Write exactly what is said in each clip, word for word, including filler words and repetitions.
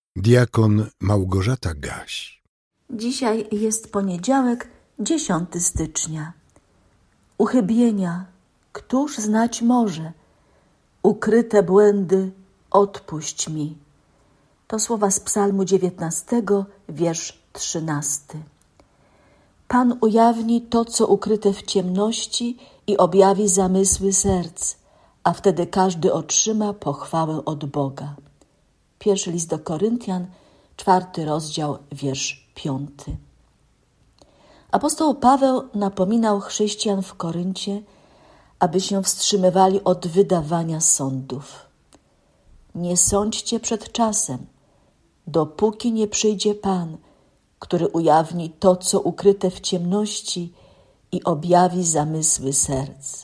Diakon Małgorzata Gaś. Dzisiaj jest poniedziałek, dziesiątego stycznia. Uchybienia, któż znać może? Ukryte błędy odpuść mi. To słowa z psalmu dziewiętnastego, wiersz trzynasty. Pan ujawni to, co ukryte w ciemności i objawi zamysły serc, a wtedy każdy otrzyma pochwałę od Boga. Pierwszy list do Koryntian, czwarty rozdział, wiersz piąty. Apostoł Paweł napominał chrześcijan w Koryncie, aby się wstrzymywali od wydawania sądów. Nie sądźcie przed czasem, dopóki nie przyjdzie Pan, który ujawni to, co ukryte w ciemności i objawi zamysły serc.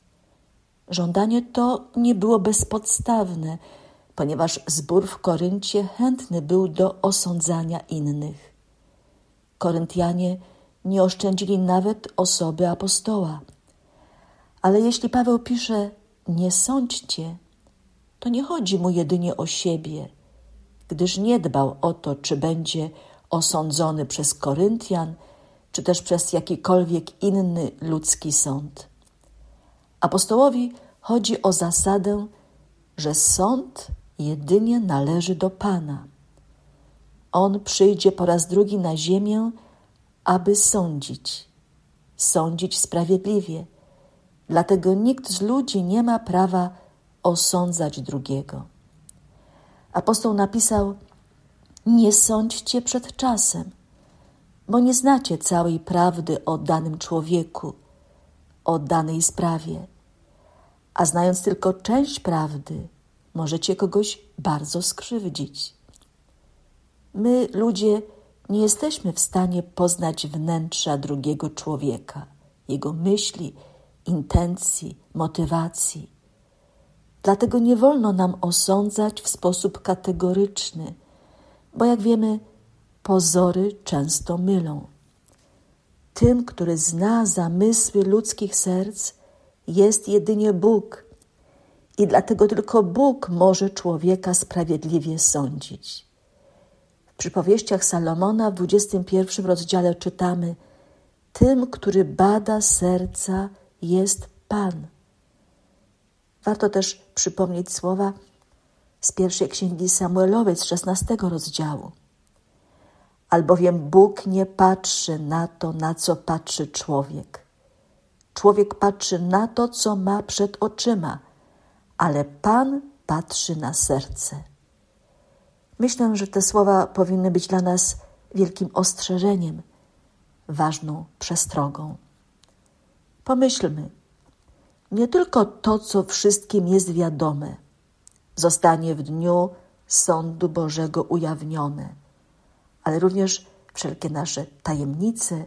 Żądanie to nie było bezpodstawne, ponieważ zbór w Koryncie chętny był do osądzania innych. Koryntianie nie oszczędzili nawet osoby apostoła. Ale jeśli Paweł pisze nie sądźcie, to nie chodzi mu jedynie o siebie, gdyż nie dbał o to, czy będzie osądzony przez Koryntian, czy też przez jakikolwiek inny ludzki sąd. Apostołowi chodzi o zasadę, że sąd jedynie należy do Pana. On przyjdzie po raz drugi na ziemię, aby sądzić, sądzić sprawiedliwie. Dlatego nikt z ludzi nie ma prawa osądzać drugiego. Apostoł napisał: nie sądźcie przed czasem, bo nie znacie całej prawdy o danym człowieku, o danej sprawie. A znając tylko część prawdy, możecie kogoś bardzo skrzywdzić. My, ludzie, nie jesteśmy w stanie poznać wnętrza drugiego człowieka, jego myśli, intencji, motywacji. Dlatego nie wolno nam osądzać w sposób kategoryczny, bo jak wiemy, pozory często mylą. Tym, który zna zamysły ludzkich serc, jest jedynie Bóg i dlatego tylko Bóg może człowieka sprawiedliwie sądzić. W przypowieściach Salomona w dwudziestym pierwszym rozdziale czytamy: tym, który bada serca, jest Pan. Warto też przypomnieć słowa z pierwszej księgi Samuelowej z szesnastego rozdziału. Albowiem Bóg nie patrzy na to, na co patrzy człowiek. Człowiek patrzy na to, co ma przed oczyma, ale Pan patrzy na serce. Myślę, że te słowa powinny być dla nas wielkim ostrzeżeniem, ważną przestrogą. Pomyślmy, nie tylko to, co wszystkim jest wiadome, zostanie w dniu sądu Bożego ujawnione, ale również wszelkie nasze tajemnice,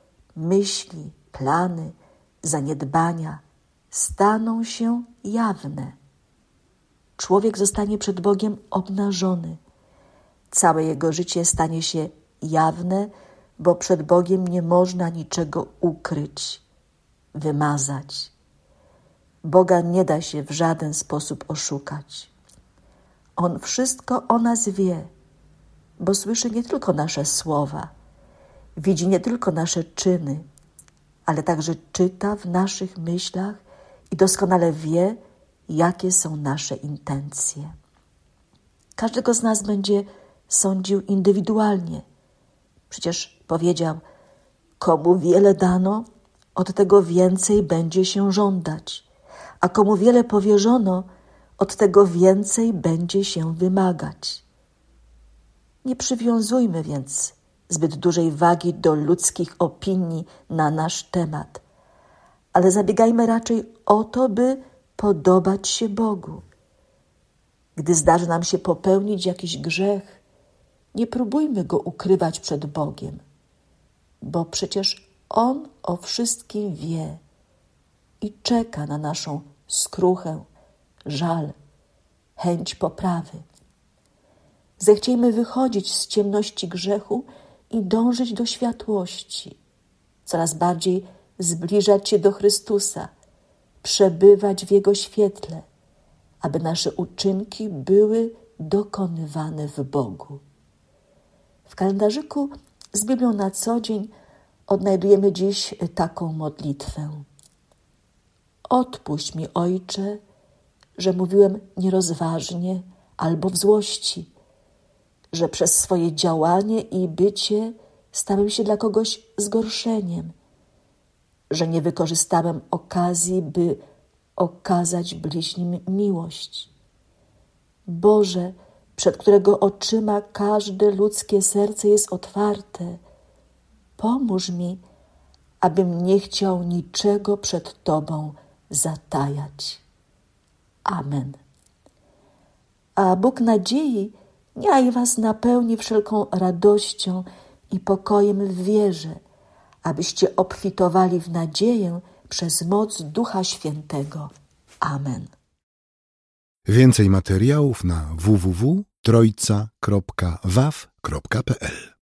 myśli, plany, zaniedbania staną się jawne. Człowiek zostanie przed Bogiem obnażony. Całe jego życie stanie się jawne, bo przed Bogiem nie można niczego ukryć, wymazać. Boga nie da się w żaden sposób oszukać. On wszystko o nas wie, bo słyszy nie tylko nasze słowa, widzi nie tylko nasze czyny, ale także czyta w naszych myślach i doskonale wie, jakie są nasze intencje. Każdego z nas będzie sądził indywidualnie. Przecież powiedział: komu wiele dano, od tego więcej będzie się żądać, a komu wiele powierzono, od tego więcej będzie się wymagać. Nie przywiązujmy więc zbyt dużej wagi do ludzkich opinii na nasz temat, ale zabiegajmy raczej o to, by podobać się Bogu. Gdy zdarzy nam się popełnić jakiś grzech, nie próbujmy go ukrywać przed Bogiem, bo przecież On o wszystkim wie i czeka na naszą skruchę, żal, chęć poprawy. Zechciejmy wychodzić z ciemności grzechu i dążyć do światłości, coraz bardziej zbliżać się do Chrystusa, przebywać w Jego świetle, aby nasze uczynki były dokonywane w Bogu. W kalendarzyku z Biblią na co dzień odnajdujemy dziś taką modlitwę. Odpuść mi, Ojcze, że mówiłem nierozważnie albo w złości, że przez swoje działanie i bycie stałem się dla kogoś zgorszeniem, że nie wykorzystałem okazji, by okazać bliźnim miłość. Boże, przed którego oczyma każde ludzkie serce jest otwarte, pomóż mi, abym nie chciał niczego przed Tobą zatajać. Amen. A Bóg nadziei niech was napełni wszelką radością i pokojem w wierze, abyście obfitowali w nadzieję przez moc Ducha Świętego. Amen. Więcej materiałów na w w w kropka trojca kropka w a w kropka p l